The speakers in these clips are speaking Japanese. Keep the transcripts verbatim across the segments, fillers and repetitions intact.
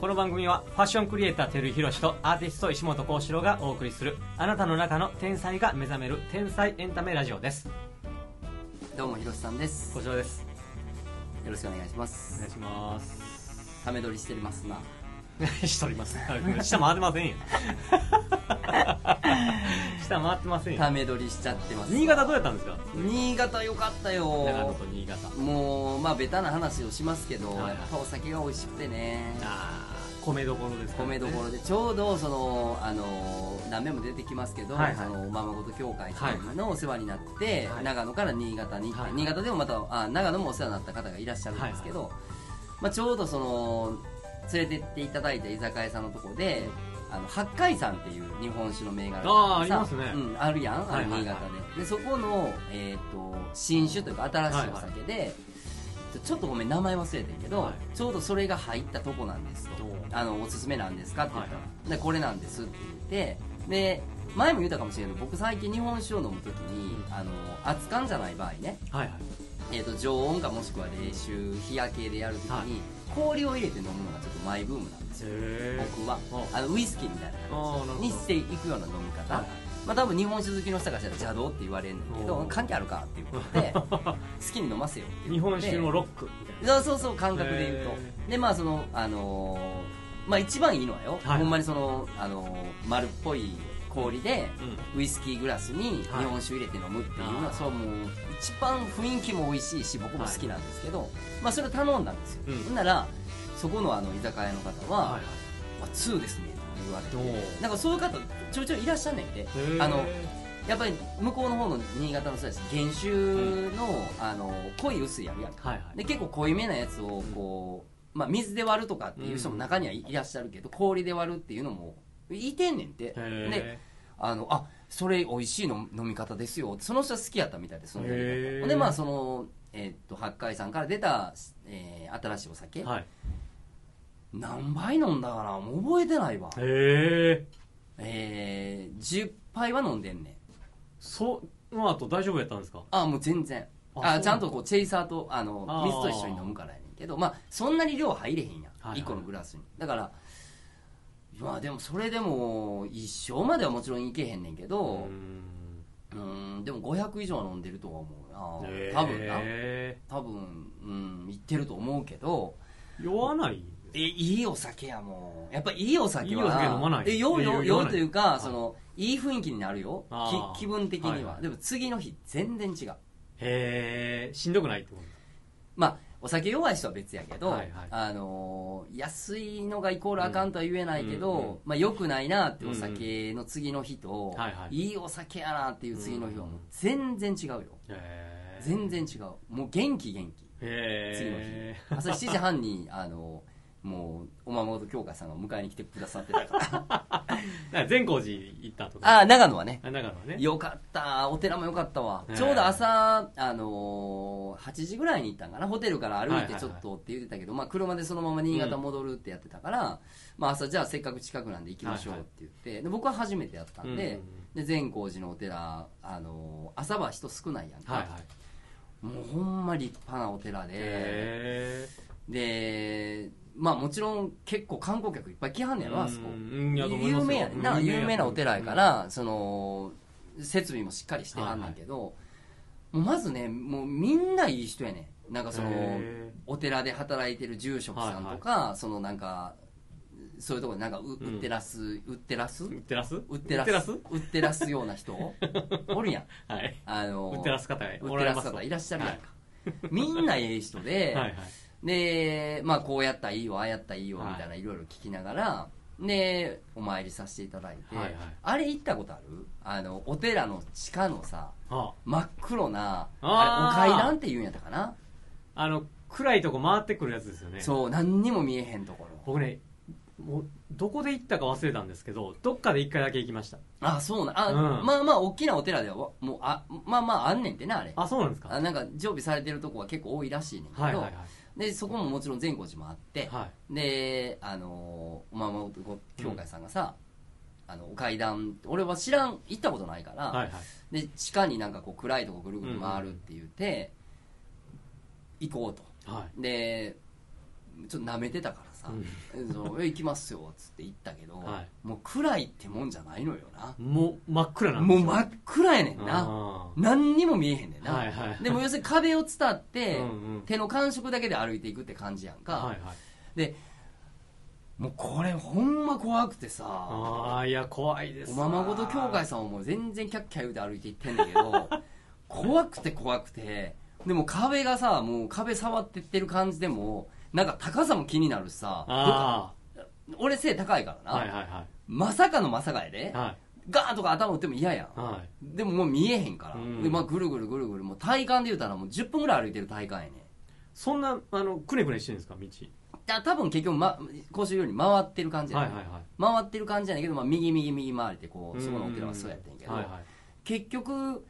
この番組はファッションクリエイター照井宏とアーティスト石本幸四郎がお送りするあなたの中の天才が目覚める天才エンタメラジオです。 どうも宏さんです。 こちらです。 よろしくお願いします。 お願いします。 ため撮りしてますな。 しとります。下回ってませんよ。下回ってませんよ。 ため撮りしちゃってます。 新潟どうやったんですか？ 新潟良かったよ。 長野と新潟。 もうまあベタな話をしますけど、 はいはい、 やっぱお酒が美味しくてね。 ああ、米どころですかね。 米どころでちょうどそのあの何名も出てきますけど、はいはい、そのおままごと協会さんのお世話になって、はい、長野から新潟に行って、はい、新潟でもまたあ長野もお世話になった方がいらっしゃるんですけど、はいはい、まあちょうどその連れてっていただいた居酒屋さんのところで、あの八海山っていう日本酒の銘柄があありますね、 うん、あるやん、あの新潟で、でそこの、えー、と新酒というか新しいお酒で、はいはい、ちょっとごめん名前忘れてんけど、はい、ちょうどそれが入ったとこなんですと、あのおすすめなんですかって言ったら、はいはい、でこれなんですって言って、で前も言ったかもしれないけど、僕最近日本酒を飲むときに、うん、あの熱燗じゃない場合ね、はいはい、えー、と常温かもしくは冷酒冷や系でやるときに、はい、氷を入れて飲むのがちょっとマイブームなんですよ、僕は。あのウイスキーみたいな感じにしていくような飲み方、はい、まあ多分日本酒好きの人がしたら邪道って言われるんだけど、関係あるかっていうことで好きに飲ませよっていうことで、日本酒のロックみたいな、そうそうそう感覚で言うと、でまあそのあのー、まあ一番いいのはよ、はい、ほんまにそのあのー、丸っぽい氷でウイスキーグラスに日本酒入れて飲むっていうのは、そうもう一番雰囲気も美味しいし僕も好きなんですけど、はい、まあそれを頼んだんですよ、うん、ほんならそこのあの居酒屋の方は、はいはい、あツーですねって言われて、なんかそういう方ちょいちょいいらっしゃんねんで、あのやっぱり向こうの方の新潟の人たち原酒の、うん、あの濃い薄いあるやんか、はいはい、で結構濃いめなやつをこう、まあ、水で割るとかっていう人も中にはいらっしゃるけど、氷で割るっていうのもいてんねんて。であのあそれ美味しいの飲み方ですよって、その人は好きやったみたいです。そのでまあその、えー、っと八海山から出た、えー、新しいお酒、はい、何杯飲んだかなもう覚えてないわ。へえー、じゅっぱいは飲んでんねん。 その後大丈夫やったんですか？ あもう全然あちゃんとこうチェイサーとあの水と一緒に飲むからやねんけど、まあそんなに量入れへんやん、はいはい、いっこのグラスに。だからまあでもそれでも一生まではもちろんいけへんねんけど、うーんでもごひゃく以上は飲んでるとは思うな、多分な、多分うんいってると思うけど。酔わない？えいいお酒やもん。やっぱいいお酒はいいお酒飲まない。え酔うよ、酔うというか、はい、そのいい雰囲気になるよ、き気分的には、はいはい、でも次の日全然違う。 へえしんどくないってこと？ まあお酒弱い人は別やけど、はいはい、あのー、安いのがイコールあかんとは言えないけど、うんうん、まあ良くないなってお酒の次の日と、うんはいはい、いいお酒やなっていう次の日はもう全然違うよ、へ全然違う。もう元気元気。へ次の日朝しちじはんにあのーもうおままごと協会さんが迎えに来てくださってたから善光寺行ったとか。 ああ長野はね、 長野はねよかった。お寺もよかったわ。ちょうど朝、あのー、はちじぐらいに行ったんかな。ホテルから歩いてちょっとって言ってたけど、はいはいはい、まあ、車でそのまま新潟戻るってやってたから、うんまあ、朝じゃあせっかく近くなんで行きましょうって言って、はいはい、で僕は初めてやったんで、うん、で善光寺のお寺、あのー、朝は人少ないやんか、はいはい、もうほんま立派なお寺で、でまあもちろん結構観光客いっぱい来はんねやろあそこ。有名やねんな、有名なお寺やから、その設備もしっかりしてはんねんけど、はいはい、もうまずねもうみんないい人やねん。なんかそのお寺で働いてる住職さんとか、はいはい、そのなんかそういうところでなんか売ってらす、うん、売ってらす売ってらす売ってらす売ってらすような人おるやん、はい、あの売ってらす方が売ってらす方いらっしゃるやんか、はい、みんなええ人ではい、はいでまあこうやったらいいよああやったらいいよみたいないろいろ聞きながら、はい、でお参りさせていただいて、はいはい、あれ行ったことある？あのお寺の地下のさ、はあ、真っ黒なあれお階段って言うんやったかな、 あの暗いとこ回ってくるやつですよね。 そう何にも見えへんところ。 僕ねもうどこで行ったか忘れたんですけどどっかで一回だけ行きました。 あそうなあ、うん、まあまあ大きなお寺ではもうあまあまああんねんってねあれ。 あそうなんですか。 あなんか常備されてるとこは結構多いらしいねんけど、はいはいはいでそこももちろん善光寺もあって、はい、であのおままごと協会さんがさ、うん、あのお階段俺は知らん行ったことないから、はいはい、で地下になんかこう暗いとこぐるぐる回るって言って、うんうん、行こうと、はい、でちょっと舐めてたからさ「うん、そのえ行きますよ」っつって行ったけど、 はい、 もう暗いってもんじゃないのよな。 もう真っ暗なんですよ。 もう真っ暗やねんな。何にも見えへんねんな、 はいはいはい、 でも要するに壁を伝ってうん、うん、 手の感触だけで歩いていくって感じやんか、 はいはい、 でもうこれほんま怖くてさ、 ああいや怖いです。 おままごと協会さんはもう全然キャッキャ言うて歩いていってんだけど怖くて怖くて、でも壁がさ、もう壁触ってってる感じでもなんか高さも気になるしさ、 あ俺背高いからな、 はいはいはい、 まさかのまさかやで、 はい、 ガーンとか頭打っても嫌やん、 はい、 でももう見えへんから、 うん、 でまあ、ぐるぐるぐるぐるもう体感で言うたらもうじゅっぷんぐらい歩いてる体感やね。 そんなあのくねくねしてるんですか道。 だ多分結局、ま、講習より回ってる感じやね、 はいはいはい、 回ってる感じやねんけど、まあ、右右右回りてこうそこのお寺はそうやってんけど、 はいはい、 結局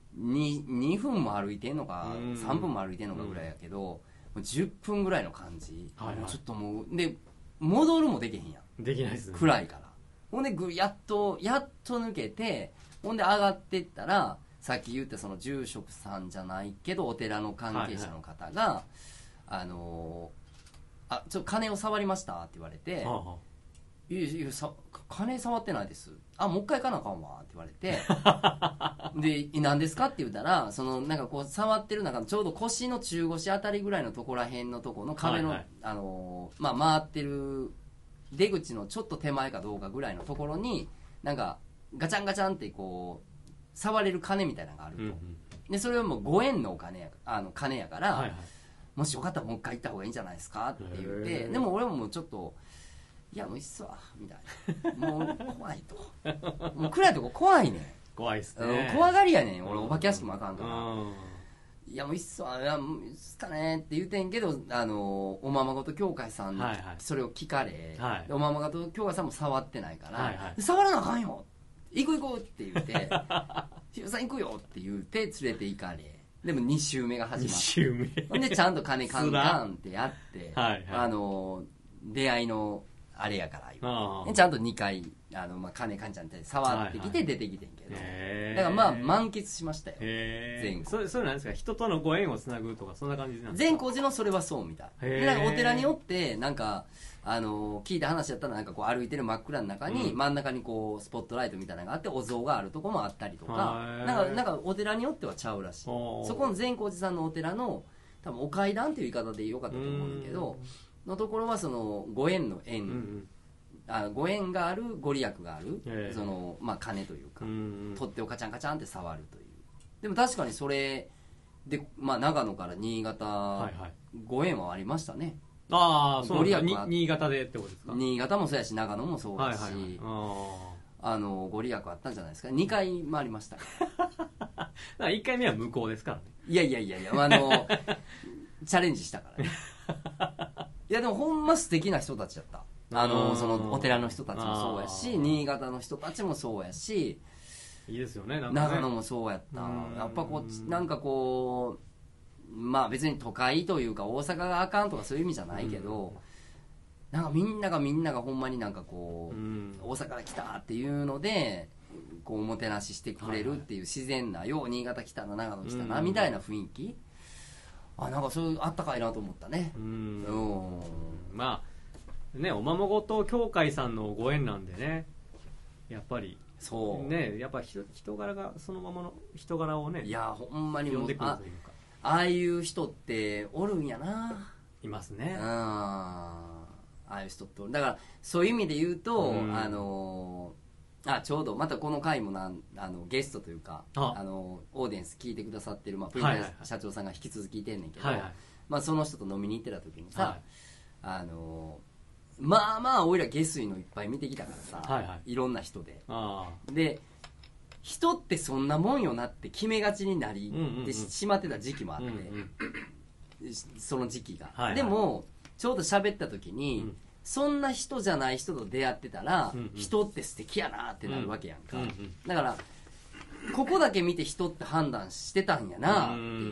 2, にふんも歩いてんのかさんぷんも歩いてんのかぐらいやけど、もうじゅっぷんぐらいの感じ、はいはい、ちょっともうで戻るもできへんやん、 できないですね、 暗いから。ほんでぐやっとやっと抜けて、ほんで上がってったらさっき言ったその住職さんじゃないけどお寺の関係者の方が、はいはい、あのーあちょっと金を触りましたって言われて、はあはあ、いやいやさ金触ってないです、あもう一回行かなあかんわって言われてで何ですかって言ったら、そのなんかこう触ってる中のちょうど腰の中腰あたりぐらいのところらへんのところの壁の、はいはい、あのー、まあ、回ってる出口のちょっと手前かどうかぐらいのところになんかガチャンガチャンってこう触れる金みたいなのがあると、うんうん、でそれはもうごえんのお金やあの金やから、はいはい、もしよかったらもう一回行った方がいいんじゃないですかって言って、でも俺ももうちょっといやもういいっすわみたいな、もう怖いともう暗いとこ怖いねん、 怖いっすね、 怖がりやねん俺、お化け屋敷もあかんから、いやもういいっすわ、いやもういいっすかねって言うてんけど、あのおままごと協会さんにそれを聞かれ、はいはい、おままごと協会さんも触ってないから、はいはい、触らなあかんよ行く行こうって言ってひろさん行くよって言うて連れて行かれ、でもに週目が始まって、に週目でちゃんと金カンカンってやってはい、はい、あの出会いのあれやからちゃんとにかいあの、まあ、金カンちゃんって触ってきて出てきてんけど、はいはい、だからまあ満喫しましたよ善光寺。 それなんですか、人とのご縁をつなぐとかそんな感じなんですか。 善光寺のそれはそうみたいで、なんかお寺によってなんかあの聞いた話やったらなんかこう歩いてる真っ暗の中に、うん、真ん中にこうスポットライトみたいなのがあってお像があるとこもあったりとか、なんかなんかお寺によってはちゃうらしい。そこの善光寺さんのお寺の多分お階段っていう言い方でよかったと思うんだけどのところはそのご縁の縁、うんうん、あご縁があるご利益があるその、まあ、金というか、うんうん、取っ手をカチャンカチャンって触るという。でも確かにそれで、まあ、長野から新潟、はいはい、ご縁はありましたね。 ああ、そうなんですか。新潟でってことですか。 新潟もそうやし長野もそうだし、はいはいはい、ああのご利益あったんじゃないですか。にかい回りましたからいっかいめは向こうですからね。 いやいやいやいや、あのチャレンジしたからねいやでもほんま素敵な人たちだった。あのそのお寺の人たちもそうやし、新潟の人たちもそうやし、 いいですよね、なんかね、 長野もそうやった。やっぱこうなんかこうまあ別に都会というか大阪があかんとかそういう意味じゃないけど、うん、なんかみんながみんながほんまになんかこう、うん、大阪から来たっていうのでこうおもてなししてくれるっていう自然な、はいはい、よう新潟来たな長野来たな、うん、みたいな雰囲気、あなんかそういうあったかいなと思ったね。うん、 うんまあねおままごと協会さんのご縁なんでね、やっぱりそうね、やっぱ人人柄がそのままの人柄をね、 いやほんまに呼んでくるというか、 ああいう人っておるんやな。 いますね。 ああいう人っておる。だからそういう意味で言うと、うん、あのあちょうどまたこの回もなんあのゲストというかあのオーディエンス聞いてくださってる、まあ、プリンター社長さんが引き続きいてんねんけど、はいはい、まあ、その人と飲みに行ってた時にさ、はい、あのまあまあおいら下水のいっぱい見てきたからさ、はいはい、いろんな人であで人ってそんなもんよなって決めがちになり、うんうんうん、でしまってた時期もあって、うんうん、その時期が、はいはい、でもちょうど喋った時に、うん、そんな人じゃない人と出会ってたら、うんうん、人って素敵やなってなるわけやんか、うんうんうん、だからここだけ見て人って判断してたんやなっていう、うんうん、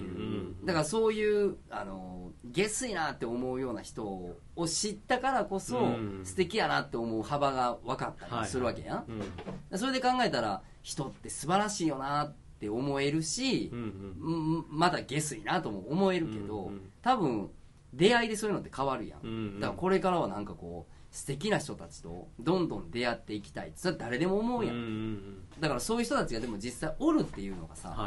だからそういうあの下水なって思うような人を知ったからこそ、うん、素敵やなって思う幅が分かったりするわけやん、はいはいうん、それで考えたら人って素晴らしいよなって思えるし、うんうん、まだ下水なとも思えるけど、うんうん、多分出会いでそういうのって変わるやん、 うんうん、 だからこれからはなんかこう素敵な人たちとどんどん出会っていきたいってそれは誰でも思うやん、うんうんうん、だからそういう人たちがでも実際おるっていうのがさ、はいはい、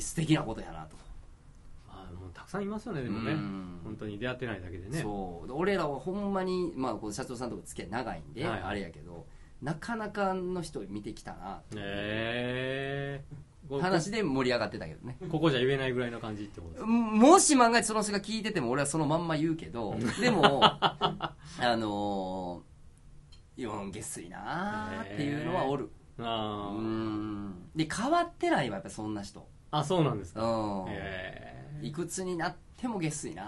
素敵なことやなと。 あもうたくさんいますよねでもね、うん、本当に出会ってないだけでね。 そう俺らはほんまに、まあ、この社長さんとか付き合い長いんで、はいはい、あれやけどなかなかの人見てきたなへえー、話で盛り上がってたけどね。 ここじゃ言えないぐらいの感じってことですか。 もし万が一その人が聞いてても俺はそのまんま言うけどでもあのー、よ下水なーっていうのはおる。あうんで変わってないわやっぱそんな人。 あそうなんですか。 うんへーいくつになっても下水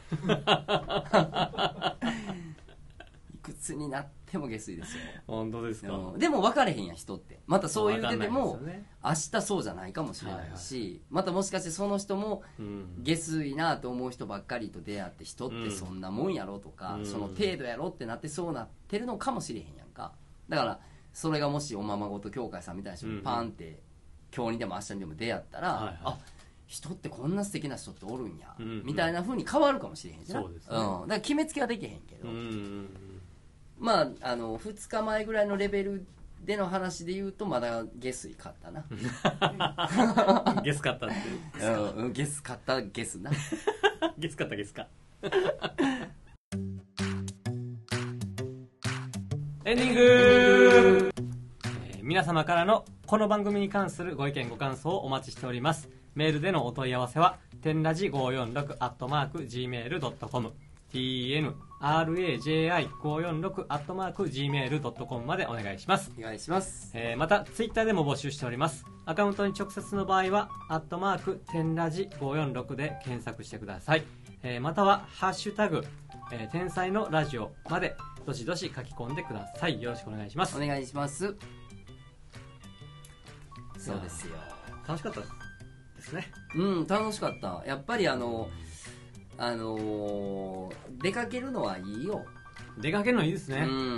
ないくつになっても下水ですよ。 本当ですか。 うん、でも分かれへんや人ってまたそう言うてても、ね、明日そうじゃないかもしれないし、はいはい、またもしかしてその人も下水なと思う人ばっかりと出会って人ってそんなもんやろとか、うん、その程度やろってなってそうなってるのかもしれへんやんか。だからそれがもしおままごと協会さんみたいな人にパンって、うん、今日にでも明日にでも出会ったら、はいはい、あ人ってこんな素敵な人っておるんや、うんうん、みたいな風に変わるかもしれへんじゃん。そうですね、うん、だから決めつけはできへんけど、うんうん、まああのふつかまえぐらいのレベルでの話で言うとまだゲス勝ったなゲス勝ったってうん、ゲス勝ったゲスなゲス勝ったゲスかエンディング、えー、皆様からのこの番組に関するご意見ご感想をお待ちしております。メールでのお問い合わせは天ラジごーよんろくアットマークジーメールドットコム ティーエヌアールエージェーアイごーよんろくアットマークジーメールドットコム までお願いします。 お願いします、 えー、またツイッターでも募集しております。アカウントに直接の場合はアットマーク天ラジごーよんろくで検索してください、えー、またはハッシュタグ、えー、天才のラジオまでどしどし書き込んでください。よろしくお願いします。 お願いします。そうですよ。 楽しかったですね。 うん楽しかった。やっぱりあのあのー、出かけるのはいいよ。 出かけるのいいですね。うん、 うん、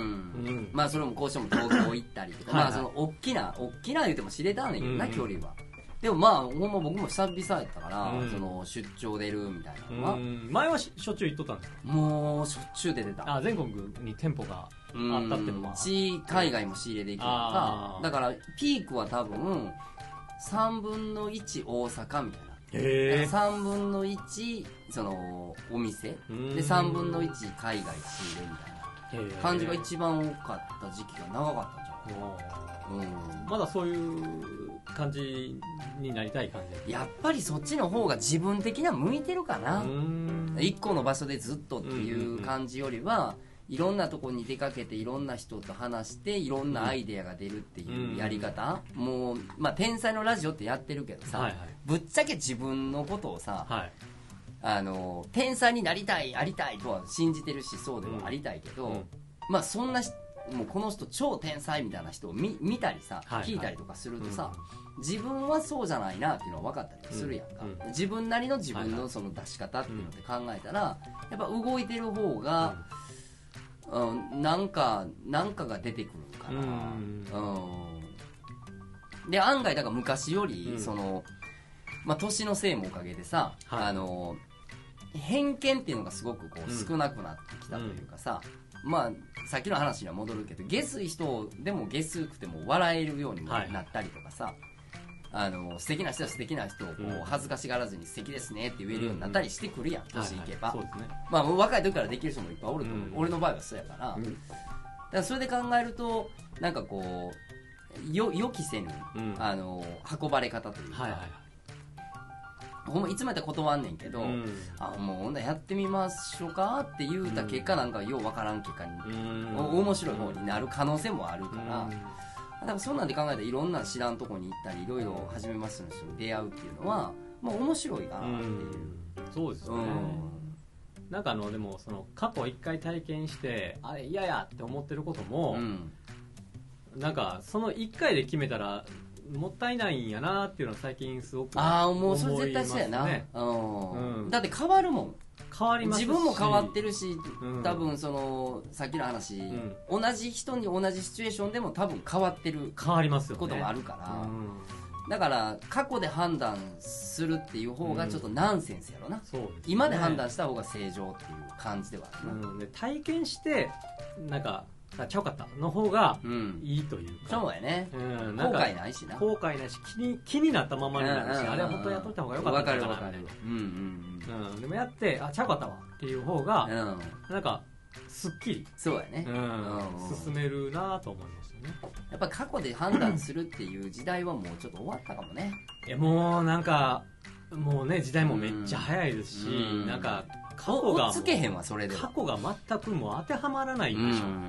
まあそれもこうしても東京行ったりとかはい、はい、まあその大きな大きな言うても知れたんねんけどな、うん、距離は。でもまあほんま僕も久々やったから、うん、その出張出るみたいなのは、うん、 前はしょっちゅう行っとったんですか。 もうしょっちゅう出てた。 あ全国に店舗があったっていうのはし海外も仕入れできるかだからピークは多分さんぶんのいち大阪みたいな。へさんぶんのいちそのお店でさんぶんのいち海外仕入れみたいな感じが一番多かった時期が長かったんじゃないかな、 うん、まだそういう感じになりたい感じ。 やっぱりそっちの方が自分的には向いてるかな。一個の場所でずっとっていう感じよりはいろんなとこに出かけていろんな人と話していろんなアイデアが出るっていうやり方、うん、もう、まあ、天才のラジオってやってるけどさ、はいはい、ぶっちゃけ自分のことをさ、はい、あの天才になりたいありたいとは信じてるしそうでもありたいけど、うん、まあそんなもうこの人超天才みたいな人を 見, 見たりさ、はいはい、聞いたりとかするとさ、うん、自分はそうじゃないなっていうのは分かったりするやんか、うんうん、自分なりの自分のその出し方っていうのって考えたら、やっぱ動いてる方が、うんうん、なんかなんかが出てくるかな、うんうん、で案外だから昔より、うん、そのまあ年のせいもおかげでさ、はい、あの偏見っていうのがすごくこう少なくなってきたというかさ、うん、まあさっきの話には戻るけど下水人でも下水くても笑えるようにもなったりとかさ、はい、あの素敵な人は素敵な人をこう恥ずかしがらずに素敵ですねって言えるようになったりしてくるやん、年いけば、まあ若い時からできる人もいっぱいおると思う、うん、俺の場合はそうやから、うん、だからそれで考えるとなんかこうよ予期せぬ、うん、あの運ばれ方というか、はいはいはい、ほんまいつもやったら断んねんけど、うん、あもうほんならやってみましょうかって言うた結果、うん、なんかようわからん結果に、うん、面白い方になる可能性もあるから、うんだからそんなんで考えたらいろんな知らんとこに行ったりいろいろ初めましての人に出会うっていうのはまあ面白いかなっていう、うん、 そうですね、うん、なんかあのでもその過去一回体験してあれ嫌やって思ってることも、うん、なんかその一回で決めたらもったいないんやなっていうのは最近すごく思いますね。ああもうそれ絶対そうやな、うん、だって変わるもん。変わりますし自分も変わってるし、うん、多分そのさっきの話、うん、同じ人に同じシチュエーションでも多分変わってる変わりますよ、ね、こともあるから、うん、 だから過去で判断するっていう方がちょっとナンセンスやろな、 そうですね、 今で判断した方が正常っていう感じではあるな、 うん、で体験してなんかちゃうかったの方がいいというか、 そうやね、 うん、 後悔ないしな、 後悔ないし気に気になったままになるし、あれは本当にやっといた方がよかったんじゃないかなみたいな、 うんうんうん、でもやってあちゃうかったわっていう方が、 うん、 なんかすっきり、 そうやね、 うんうん、進めるなと思いましたね。 やっぱ過去で判断するっていう時代はもうちょっと終わったかもね。 いやもうなんかもうね時代もめっちゃ早いですし、うん、なんか過去がつけへんわそれで過去が全くもう当てはまらないんでしょ、うんうんうん、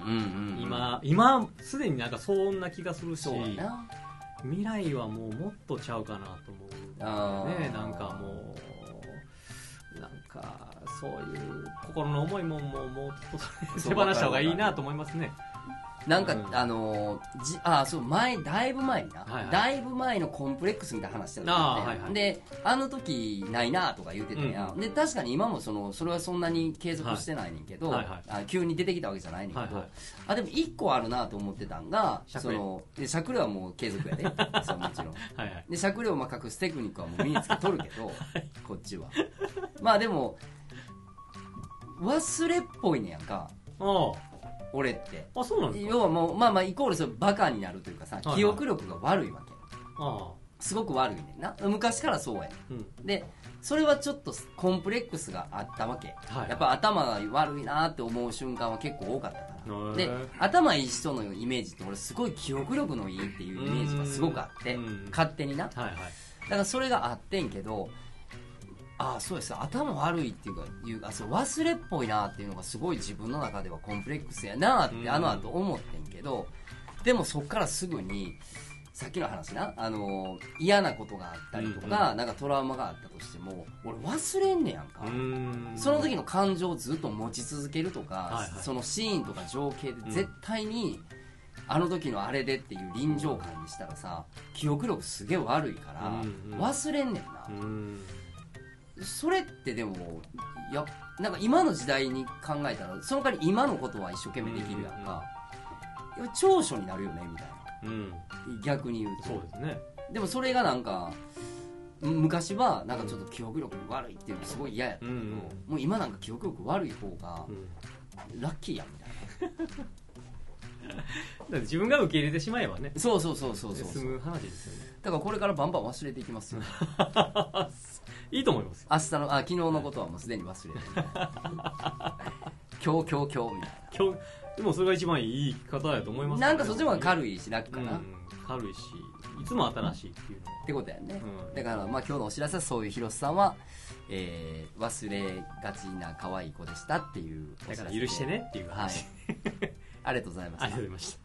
今今すでになんかそんな気がするし、未来はもうもっとちゃうかなと思うね。なんかもうなんかそういう心の思いももうもうちょっと手放した方がいいなと思いますね。 なんか、うん、あのー、じあそう前だいぶ前にな、はいはい、だいぶ前のコンプレックスみたいな話してたんで、はいはい、であの時ないなとか言ってたやん、うん、で確かに今もそのそれはそんなに継続してないねんけど、はいはいはい、あ急に出てきたわけじゃないねんけど、はいはい、あでもいっこあるなと思ってたんがしゃくれそのでしゃくれはもう継続やでそうもちろんはい、はい、でしゃくれをまあ隠すテクニックはもう身につけとるけど、はい、こっちはまあでも忘れっぽいねやんかお俺ってあそうなんですか。 要はもうまあまあイコールそれバカになるというかさ、はいはい、記憶力が悪いわけあすごく悪いねんな昔からそうや、うん、でそれはちょっとコンプレックスがあったわけ、はい、やっぱ頭が悪いなって思う瞬間は結構多かったからで頭いい人のイメージって俺すごい記憶力のいいっていうイメージがすごくあって勝手にな、はいはい、だからそれがあってんけどああそうです頭悪いっていうかいうあそう忘れっぽいなっていうのがすごい自分の中ではコンプレックスやなってあの後思ってんけどでもそっからすぐにさっきの話なあの嫌なことがあったりとか、うん、なんかトラウマがあったとしても俺忘れんねやんかんその時の感情をずっと持ち続けるとか、はいはい、そのシーンとか情景で絶対に、うんあの時のあれでっていう臨場感にしたらさ記憶力すげえ悪いから忘れんねんなうんそれってでもやなんか今の時代に考えたらその代わり今のことは一生懸命できるやんか、うんうん、長所になるよねみたいな、うん、逆に言うとそうですねでもそれがなんか昔はなんかちょっと記憶力悪いっていうのすごい嫌やったけど、うんうん、もう今なんか記憶力悪い方がラッキーやんみたいなだって自分が受け入れてしまえばねそうそうそうそうそう済む話ですよねだからこれからバンバン忘れていきますよいいと思います明日のあ昨日のことはもうすでに忘れてる今日今日今日みたいな今日でもそれが一番いい生き方だと思います、ね、 なんかそっちも軽いし楽かな、うん、 軽いしいつも新しいっていうのってことやね、うん、だからまあ今日のお知らせはそういう広瀬さんは、えー、忘れがちな可愛い子でしたっていうだから許してねっていう話、 はい、ありがとうございましたありがとうございました